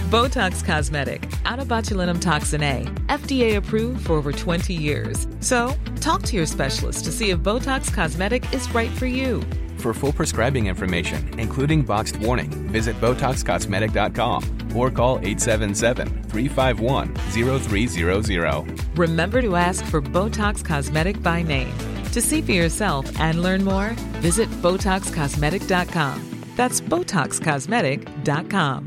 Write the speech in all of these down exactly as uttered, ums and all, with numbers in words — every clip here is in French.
Botox Cosmetic, out of botulinum toxin A, F D A approved for over twenty years. So, talk to your specialist to see if Botox Cosmetic is right for you. For full prescribing information, including boxed warning, visit Botox Cosmetic dot com or call eight seven seven, three five one, zero three zero zero. Remember to ask for Botox Cosmetic by name. To see for yourself and learn more, visit Botox Cosmetic dot com. That's Botox Cosmetic dot com.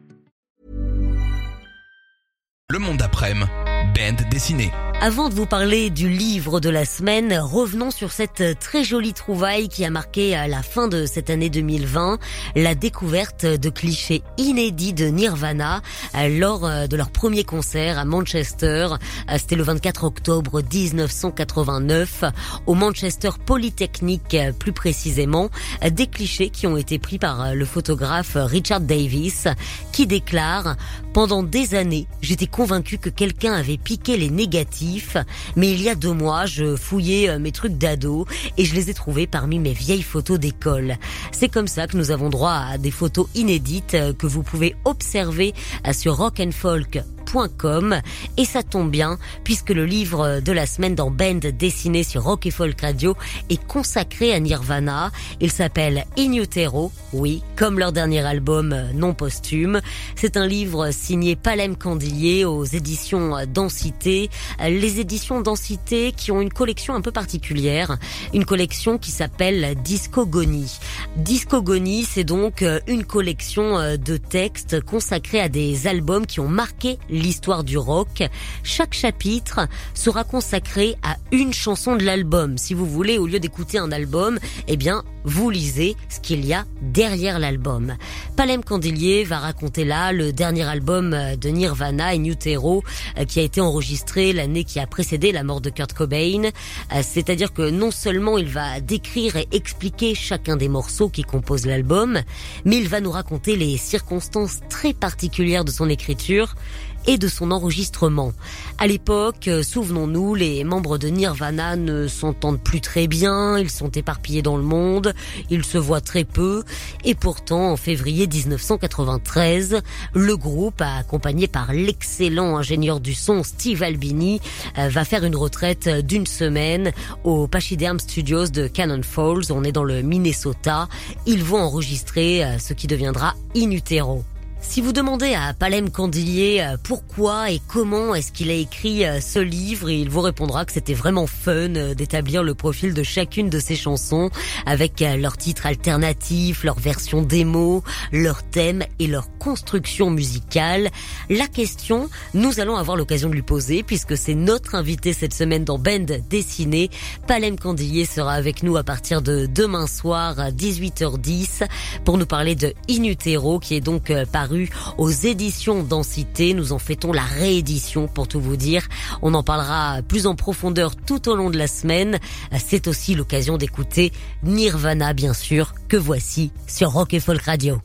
Le Monde d'après-midi, bande dessinée. Avant de vous parler du livre de la semaine, revenons sur cette très jolie trouvaille qui a marqué la fin de cette année deux mille vingt, la découverte de clichés inédits de Nirvana lors de leur premier concert à Manchester. C'était le vingt-quatre octobre dix-neuf cent quatre-vingt-neuf, au Manchester Polytechnic plus précisément, des clichés qui ont été pris par le photographe Richard Davis, qui déclare « Pendant des années, j'étais convaincu que quelqu'un avait piqué les négatifs. Mais il y a deux mois, je fouillais mes trucs d'ado et je les ai trouvés parmi mes vieilles photos d'école. C'est comme ça que nous avons droit à des photos inédites que vous pouvez observer sur rock and folk point com, et ça tombe bien puisque le livre de la semaine dans Bande dessinée sur Rock et Folk Radio est consacré à Nirvana. Il s'appelle In Utero, oui, comme leur dernier album non posthume. C'est un livre signé Palem Candillier aux éditions Densité. Les éditions Densité qui ont une collection un peu particulière, une collection qui s'appelle Discogonie. Discogonie, c'est donc une collection de textes consacrés à des albums qui ont marqué l'histoire du rock. Chaque chapitre sera consacré à une chanson de l'album. Si vous voulez, au lieu d'écouter un album, eh bien, vous lisez ce qu'il y a derrière l'album. Palem Candillier va raconter là le dernier album de Nirvana, In Utero, qui a été enregistré l'année qui a précédé la mort de Kurt Cobain. C'est-à-dire que non seulement il va décrire et expliquer chacun des morceaux qui composent l'album, mais il va nous raconter les circonstances très particulières de son écriture et de son enregistrement. À l'époque, souvenons-nous, les membres de Nirvana ne s'entendent plus très bien, ils sont éparpillés dans le monde, ils se voient très peu, et pourtant, en février dix-neuf cent quatre-vingt-treize, le groupe, accompagné par l'excellent ingénieur du son Steve Albini, va faire une retraite d'une semaine au Pachyderm Studios de Cannon Falls. On est dans le Minnesota. Ils vont enregistrer ce qui deviendra In Utero. Si vous demandez à Palem Candillier pourquoi et comment est-ce qu'il a écrit ce livre, il vous répondra que c'était vraiment fun d'établir le profil de chacune de ses chansons avec leurs titres alternatifs, leur version démo, leur thème et leur construction musicale. La question, nous allons avoir l'occasion de lui poser puisque c'est notre invité cette semaine dans Bande dessinée. Palem Candillier sera avec nous à partir de demain soir à dix-huit heures dix pour nous parler de In Utero qui est donc paru aux éditions Densité. Nous en fêtons la réédition pour tout vous dire. On en parlera plus en profondeur tout au long de la semaine. C'est aussi l'occasion d'écouter Nirvana, bien sûr, que voici sur Rock et Folk Radio.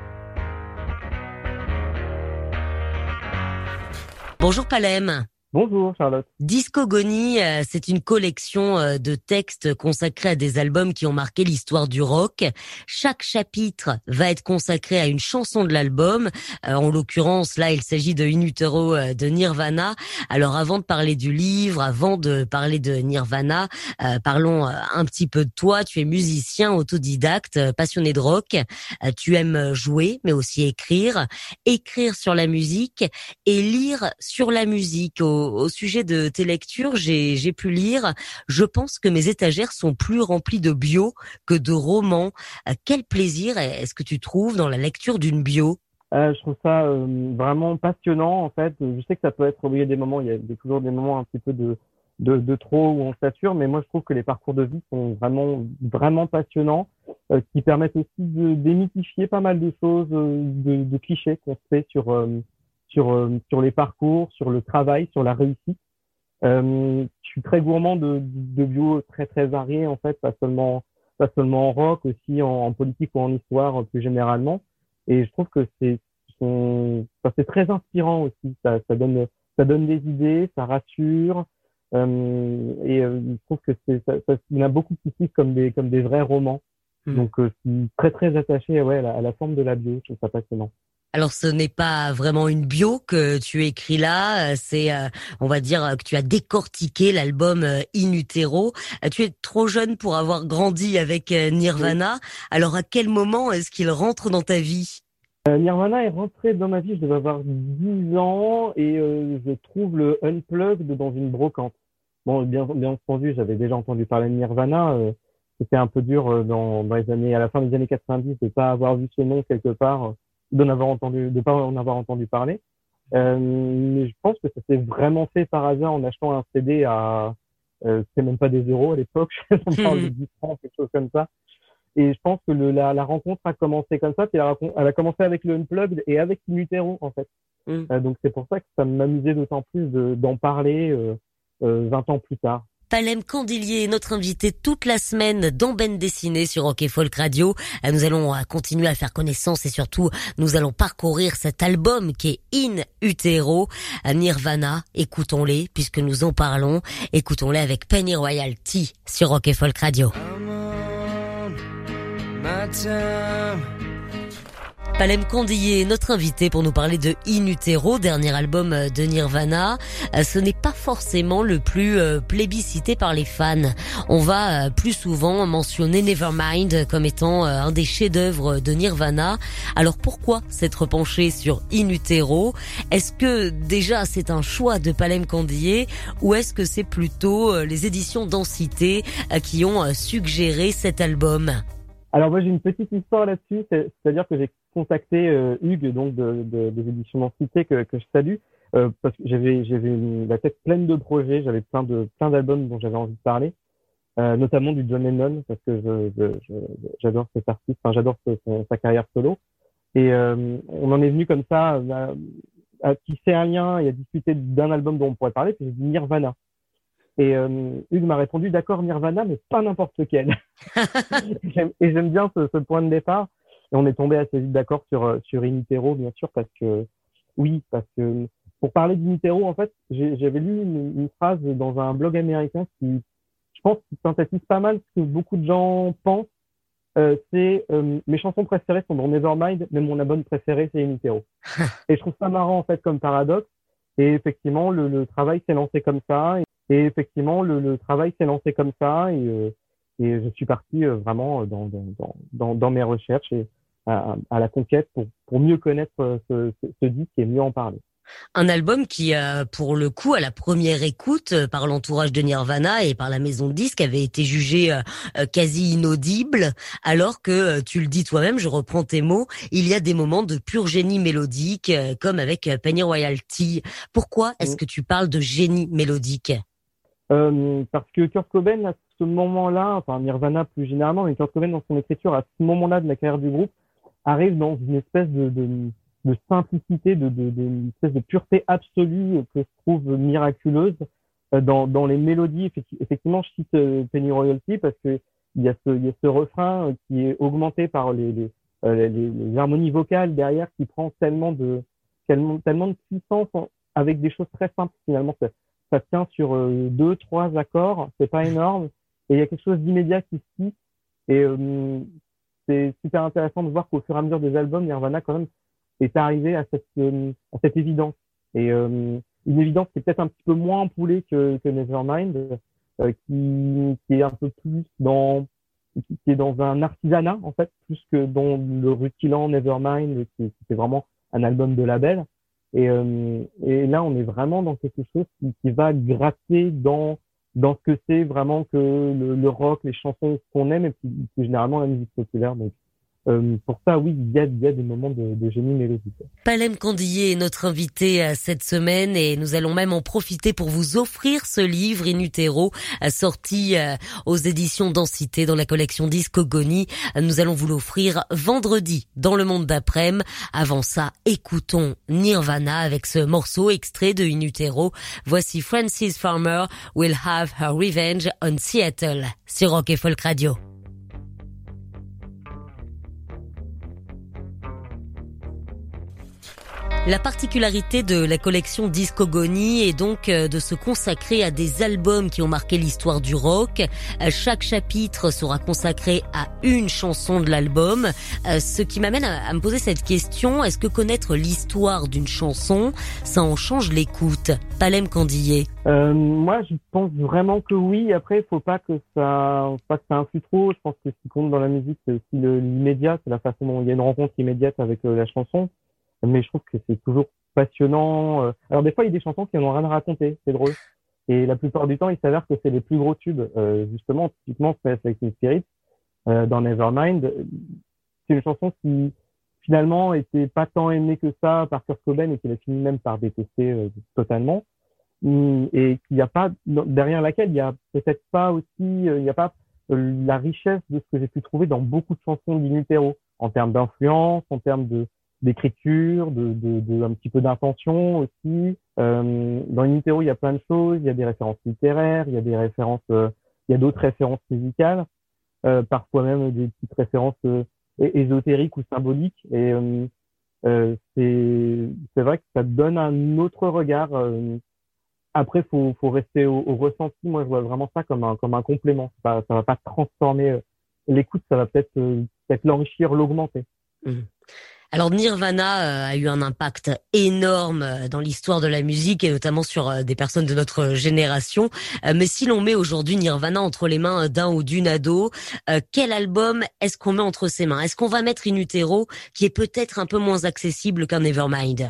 Bonjour Palem. Bonjour Charlotte. Discogonie, c'est une collection de textes consacrés à des albums qui ont marqué l'histoire du rock. Chaque chapitre va être consacré à une chanson de l'album. En l'occurrence, là, il s'agit de In Utero de Nirvana. Alors, avant de parler du livre, avant de parler de Nirvana, euh, parlons un petit peu de toi. Tu es musicien autodidacte, passionné de rock. Tu aimes jouer, mais aussi écrire. Écrire sur la musique et lire sur la musique. Au Au sujet de tes lectures, j'ai, j'ai pu lire « Je pense que mes étagères sont plus remplies de bio que de romans ». Quel plaisir est-ce que tu trouves dans la lecture d'une bio ? euh, Je trouve ça euh, vraiment passionnant en fait. Je sais que ça peut être, il y a des moments, il y a des, toujours des moments un petit peu de, de, de trop où on sature, mais moi je trouve que les parcours de vie sont vraiment, vraiment passionnants, euh, qui permettent aussi de démythifier pas mal de choses, euh, de, de clichés qu'on se fait sur... Euh, sur euh, sur les parcours, sur le travail, sur la réussite. Euh, je suis très gourmand de, de bio très très variés en fait, pas seulement pas seulement en rock, aussi en, en politique ou en histoire plus généralement. Et je trouve que c'est son, ça, c'est très inspirant aussi. Ça, ça donne ça donne des idées, ça rassure. Euh, et euh, je trouve que c'est ça, ça, il y en a beaucoup qui citent comme des comme des vrais romans. Mmh. Donc euh, je suis très très attaché ouais à la, à la forme de la bio. Je trouve ça passionnant. Alors ce n'est pas vraiment une bio que tu écris là, c'est euh, on va dire que tu as décortiqué l'album euh, In Utero. Euh, Tu es trop jeune pour avoir grandi avec euh, Nirvana. Alors à quel moment est-ce qu'il rentre dans ta vie? Euh, Nirvana est rentré dans ma vie, je devais avoir dix ans et euh, je trouve le Unplugged dans une brocante. Bon, bien, bien entendu, j'avais déjà entendu parler de Nirvana. euh, C'était un peu dur euh, dans, dans les années, à la fin des années quatre-vingt-dix, de pas avoir vu ce nom quelque part, euh, d'en avoir entendu, de pas en avoir entendu parler. Euh, mais je pense que ça s'est vraiment fait par hasard en achetant un C D à, euh, c'est même pas des euros à l'époque, on parle de dix francs, quelque chose comme ça. Et je pense que le, la, la rencontre a commencé comme ça, puis elle a, elle a commencé avec le Unplugged et avec In Utero, en fait. Mm. Euh, donc c'est pour ça que ça m'amusait d'autant plus de, d'en parler euh, euh, vingt ans plus tard. Palem Candelier est notre invité toute la semaine dans Bande Dessinée sur Rock et Folk Radio. Euh, Nous allons euh, continuer à faire connaissance et surtout nous allons parcourir cet album qui est In Utero. Euh, Nirvana, écoutons-les puisque nous en parlons. Écoutons-les avec Penny Royalty sur Rock et Folk Radio. Palem Candelier est notre invité pour nous parler de In Utero, dernier album de Nirvana. Ce n'est pas forcément le plus plébiscité par les fans. On va plus souvent mentionner Nevermind comme étant un des chefs-d'œuvre de Nirvana. Alors pourquoi s'être penché sur In Utero? Est-ce que déjà c'est un choix de Palem Candelier ou est-ce que c'est plutôt les éditions Densité qui ont suggéré cet album? Alors moi j'ai une petite histoire là-dessus, c'est, c'est-à-dire que j'ai contacté euh, Hugues donc de, de, des éditions Densité que, que je salue euh, parce que j'avais j'avais une, la tête pleine de projets, j'avais plein de plein d'albums dont j'avais envie de parler, euh, notamment du John Lennon parce que je, je, je j'adore cet artiste, enfin j'adore ce, son, sa carrière solo et euh, on en est venu comme ça à, à tisser un lien et à discuter d'un album dont on pourrait parler, puis j'ai dit Nirvana. Et euh, Hugues m'a répondu, d'accord, Nirvana, mais pas n'importe lequel. Et j'aime bien ce, ce point de départ. Et on est tombé assez vite d'accord sur sur In Utero, bien sûr, parce que oui, parce que pour parler d'In Utero, en fait, j'ai, j'avais lu une, une phrase dans un blog américain qui, je pense, qui synthétise pas mal ce que beaucoup de gens pensent. Euh, c'est euh, mes chansons préférées sont dans Nevermind, mais mon album préféré c'est In Utero. Et je trouve ça marrant en fait comme paradoxe. Et effectivement, le, le travail s'est lancé comme ça. Et, et effectivement, le, le travail s'est lancé comme ça. Et, euh, et je suis parti euh, vraiment dans, dans, dans, dans, dans mes recherches et à, à la conquête pour, pour mieux connaître ce, ce, ce disque et mieux en parler. Un album qui, euh, pour le coup, à la première écoute, euh, par l'entourage de Nirvana et par la maison de disques, avait été jugé euh, euh, quasi inaudible, alors que, euh, tu le dis toi-même, je reprends tes mots, il y a des moments de pur génie mélodique, euh, comme avec euh, Penny Royalty. Pourquoi est-ce que tu parles de génie mélodique? euh, Parce que Kurt Cobain, à ce moment-là, enfin Nirvana plus généralement, mais Kurt Cobain dans son écriture, à ce moment-là de la carrière du groupe, arrive dans une espèce de... de de simplicité, de, de, de, une espèce de pureté absolue que je trouve miraculeuse dans, dans les mélodies. Effectivement, je cite euh, Penny Royalty parce que il y a ce, il y a ce refrain qui est augmenté par les, les, les, les harmonies vocales derrière qui prend tellement de, tellement, tellement de puissance avec des choses très simples. Finalement, ça, ça tient sur euh, deux, trois accords, c'est pas énorme, et il y a quelque chose d'immédiat qui se tisse. Et euh, c'est super intéressant de voir qu'au fur et à mesure des albums, Nirvana quand même est arrivé à cette euh, à cette évidence et euh, une évidence qui est peut-être un petit peu moins ampoulée que, que Nevermind, euh, qui qui est un peu plus dans qui, qui est dans un artisanat en fait plus que dans le rutilant Nevermind qui, qui est vraiment un album de label et euh, et là on est vraiment dans quelque chose qui, qui va gratter dans dans ce que c'est vraiment que le, le rock, les chansons qu'on aime et puis, puis généralement la musique populaire. Donc Euh, pour ça, oui, il y a, il y a des moments de, de génie mélodique. Palem Candelier est notre invité cette semaine et nous allons même en profiter pour vous offrir ce livre In Utero, sorti aux éditions Densité dans la collection Discogonie. Nous allons vous l'offrir vendredi dans Le Monde d'après-midi. Avant ça, écoutons Nirvana avec ce morceau extrait de In Utero. Voici Frances Farmer, Will Have Her Revenge on Seattle sur Rock et Folk Radio. La particularité de la collection Discogonie est donc de se consacrer à des albums qui ont marqué l'histoire du rock. Chaque chapitre sera consacré à une chanson de l'album, ce qui m'amène à me poser cette question: est-ce que connaître l'histoire d'une chanson, ça en change l'écoute? Palem Candillet. Euh, moi, je pense vraiment que oui. Après, il faut pas que ça, faut pas que ça influe trop. Je pense que ce qui compte dans la musique, c'est aussi le, l'immédiat, c'est la façon dont il y a une rencontre immédiate avec euh, la chanson. Mais je trouve que c'est toujours passionnant. Alors des fois, il y a des chansons qui n'ont rien à raconter, c'est drôle. Et la plupart du temps, il s'avère que c'est les plus gros tubes. Euh, justement, typiquement, Space Like Teen Spirit, euh, dans Nevermind, c'est une chanson qui finalement était pas tant aimée que ça par Kurt Cobain et qu'il a fini même par détester euh, totalement. Et qu'il n'y a pas, derrière laquelle il y a peut-être pas aussi, euh, il n'y a pas euh, la richesse de ce que j'ai pu trouver dans beaucoup de chansons d'In Utero, en termes d'influence, en termes de d'écriture, de, de, de un petit peu d'intention aussi. Euh, dans In Utero, il y a plein de choses. Il y a des références littéraires, il y a des références, euh, il y a d'autres références musicales, euh, parfois même des petites références euh, ésotériques ou symboliques. Et euh, euh, c'est c'est vrai que ça donne un autre regard. Euh, après, faut faut rester au, au ressenti. Moi, je vois vraiment ça comme un comme un complément. Ça, ça va pas transformer euh, l'écoute, ça va peut-être euh, peut-être l'enrichir, l'augmenter. Mmh. Alors Nirvana a eu un impact énorme dans l'histoire de la musique et notamment sur des personnes de notre génération. Mais si l'on met aujourd'hui Nirvana entre les mains d'un ou d'une ado, quel album est-ce qu'on met entre ses mains? Est-ce qu'on va mettre In Utero, qui est peut-être un peu moins accessible qu'un Nevermind?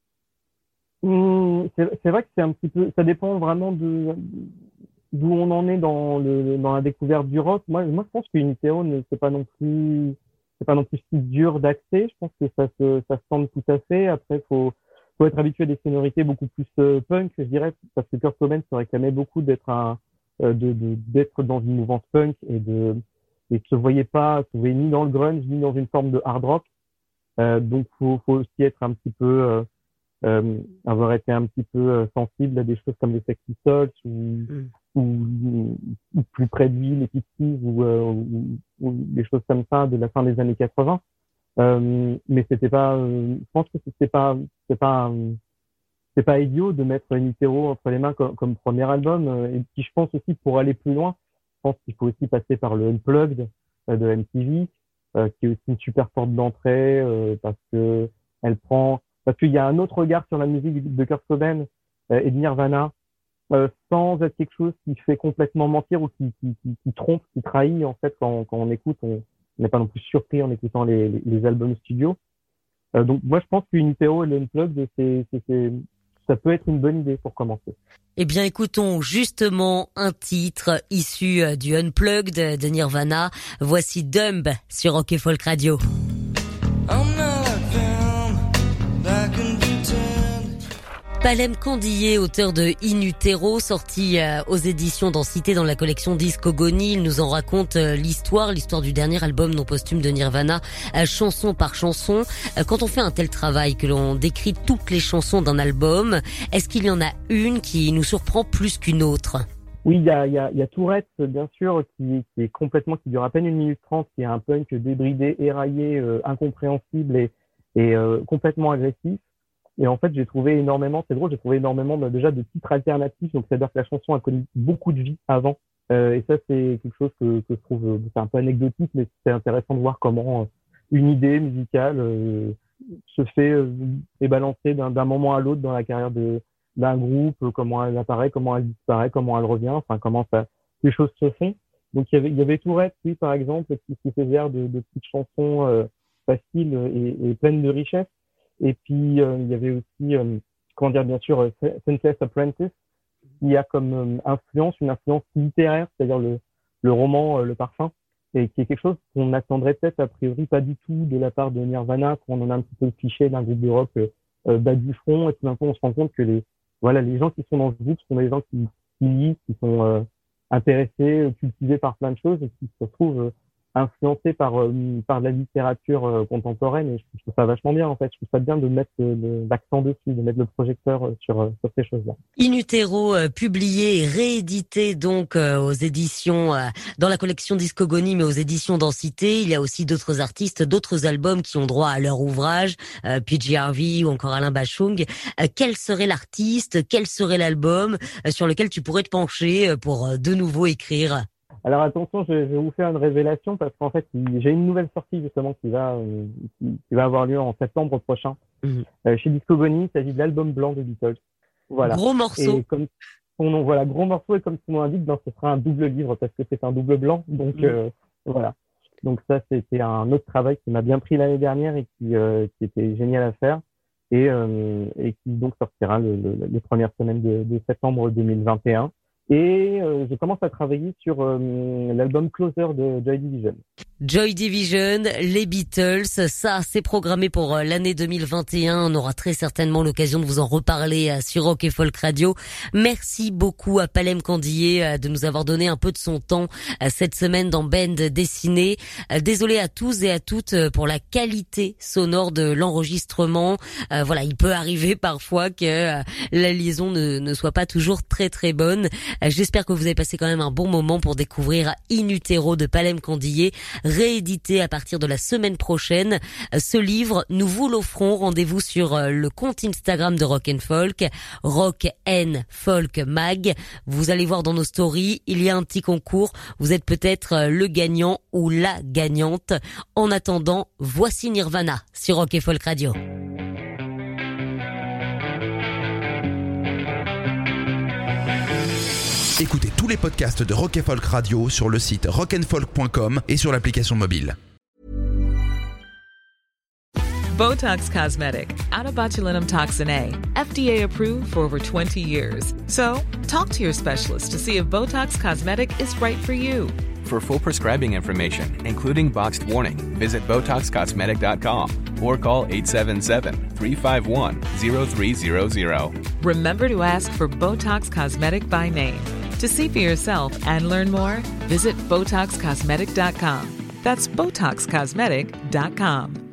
Mmh, c'est, c'est vrai que c'est un petit peu, ça dépend vraiment de d'où on en est dans le dans la découverte du rock. Moi, moi, je pense que In Utero ne c'est pas non plus c'est pas non plus si dur d'accès. Je pense que ça se, ça se tente tout à fait. Après, faut, faut être habitué à des sonorités beaucoup plus euh, punk, je dirais, parce que Kurt Cobain se réclamait beaucoup d'être un, euh, de, de, d'être dans une mouvance punk et de, et se voyait pas, se voyait ni dans le grunge, ni dans une forme de hard rock. Euh, donc, faut, faut aussi être un petit peu, euh, euh, avoir été un petit peu euh, sensible à des choses comme les Sex Pistols ou, mm. ou, ou plus près de lui, les Pixies ou, euh, ou, ou des choses comme ça de la fin des années quatre-vingts. Euh, mais c'était pas, euh, je pense que c'était pas, c'est pas, euh, c'est pas idiot de mettre In Utero entre les mains comme, comme premier album. Et puis je pense aussi, pour aller plus loin, je pense qu'il faut aussi passer par le Unplugged euh, de M T V, euh, qui est aussi une super porte d'entrée euh, parce que elle prend, parce qu'il y a un autre regard sur la musique de Kurt Cobain euh, et de Nirvana, euh, sans être quelque chose qui fait complètement mentir ou qui, qui, qui, qui trompe, qui trahit. En fait, quand, quand on écoute, on n'est pas non plus surpris en écoutant les, les, les albums studio. Euh, donc moi, je pense qu'In Utero et le Unplugged, c'est, c'est, c'est, ça peut être une bonne idée pour commencer. Eh bien, écoutons justement un titre issu du Unplugged de Nirvana. Voici Dumb sur Rock et Folk Radio. Palem Candillet, auteur de In Utero, sorti euh, aux éditions Densité dans la collection Discogonie. Il nous en raconte euh, l'histoire, l'histoire du dernier album non posthume de Nirvana, euh, chanson par chanson. Euh, quand on fait un tel travail, que l'on décrit toutes les chansons d'un album, est-ce qu'il y en a une qui nous surprend plus qu'une autre? Oui, il y a, il y a, il y a Tourette, bien sûr, qui, qui est complètement, qui dure à peine une minute trente, qui est un punk débridé, éraillé, euh, incompréhensible et, et euh, complètement agressif. Et en fait, j'ai trouvé énormément, c'est drôle, j'ai trouvé énormément bah, déjà de titres alternatifs. Donc, c'est-à-dire que la chanson a connu beaucoup de vie avant. Euh, et ça, c'est quelque chose que, que je trouve, euh, c'est un peu anecdotique, mais c'est intéressant de voir comment euh, une idée musicale euh, se fait euh, et balancée d'un, d'un moment à l'autre dans la carrière de, d'un groupe, euh, comment elle apparaît, comment elle disparaît, comment elle revient, enfin, comment ça, les choses se font. Donc, il y avait, il y avait Tourette, oui, par exemple, qui, qui faisait de, de petites chansons euh, faciles et, et pleines de richesse. Et puis, euh, il y avait aussi, euh, comment dire, bien sûr, euh, Senseless Apprentice, qui a comme euh, influence, une influence littéraire, c'est-à-dire le, le roman euh, Le Parfum, et qui est quelque chose qu'on n'attendrait peut-être a priori pas du tout de la part de Nirvana, quand on en a un petit peu le cliché d'un groupe de rock euh, bas du front, et tout d'un coup, on se rend compte que les, voilà, les gens qui sont dans ce groupe sont des gens qui, qui lisent, qui sont euh, intéressés, cultivés par plein de choses, et qui se retrouvent euh, influencé par euh, par la littérature euh, contemporaine, et je, je trouve ça vachement bien en fait. Je trouve ça bien de mettre le, le, l'accent dessus, de mettre le projecteur euh, sur euh, sur ces choses-là. In Utero, euh, publié et réédité donc euh, aux éditions euh, dans la collection Discogonie, mais aux éditions Densité. Il y a aussi d'autres artistes, d'autres albums qui ont droit à leur ouvrage, euh, P J Harvey ou encore Alain Bachung. Euh, quel serait l'artiste, quel serait l'album euh, sur lequel tu pourrais te pencher euh, pour euh, de nouveau écrire? Alors attention, je, je vais vous faire une révélation parce qu'en fait, j'ai une nouvelle sortie justement qui va euh, qui, qui va avoir lieu en septembre prochain mmh. euh, chez Discogonie. Il s'agit de l'album blanc des Beatles. Voilà. Gros morceau. Et comme son nom, voilà, gros morceau, et comme son nom l'indique, ben, ce sera un double livre parce que c'est un double blanc. Donc mmh. euh, voilà. Donc ça, c'était un autre travail qui m'a bien pris l'année dernière et qui euh, qui était génial à faire et euh, et qui donc sortira le, le, les premières semaines de, de septembre deux mille vingt et un. Et euh, je commence à travailler sur euh, l'album Closer de Joy Division. Joy Division, les Beatles, ça c'est programmé pour l'année deux mille vingt et un. On aura très certainement l'occasion de vous en reparler sur Rock et Folk Radio. Merci beaucoup à Palem Candillé de nous avoir donné un peu de son temps cette semaine dans Band Dessiné. Désolé à tous et à toutes pour la qualité sonore de l'enregistrement. Voilà, il peut arriver parfois que la liaison ne, ne soit pas toujours très très bonne. J'espère que vous avez passé quand même un bon moment pour découvrir In Utero de Palem Candillé, réédité à partir de la semaine prochaine. Ce livre, nous vous l'offrons. Rendez-vous sur le compte Instagram de Rock and Folk, Rock and Folk Mag. Vous allez voir dans nos stories, il y a un petit concours. Vous êtes peut-être le gagnant ou la gagnante. En attendant, voici Nirvana sur Rock et Folk Radio. Écoutez tous les podcasts de Rock et Folk Radio sur le site rock and folk point com et sur l'application mobile. Botox Cosmetic, out of botulinum toxin A, F D A approved for over twenty years. So, talk to your specialist to see if Botox Cosmetic is right for you. For full prescribing information, including boxed warning, visit Botox Cosmetic dot com or call eight seven seven, three five one, zero three zero zero. Remember to ask for Botox Cosmetic by name. To see for yourself and learn more, visit Botox Cosmetic dot com. That's Botox Cosmetic dot com.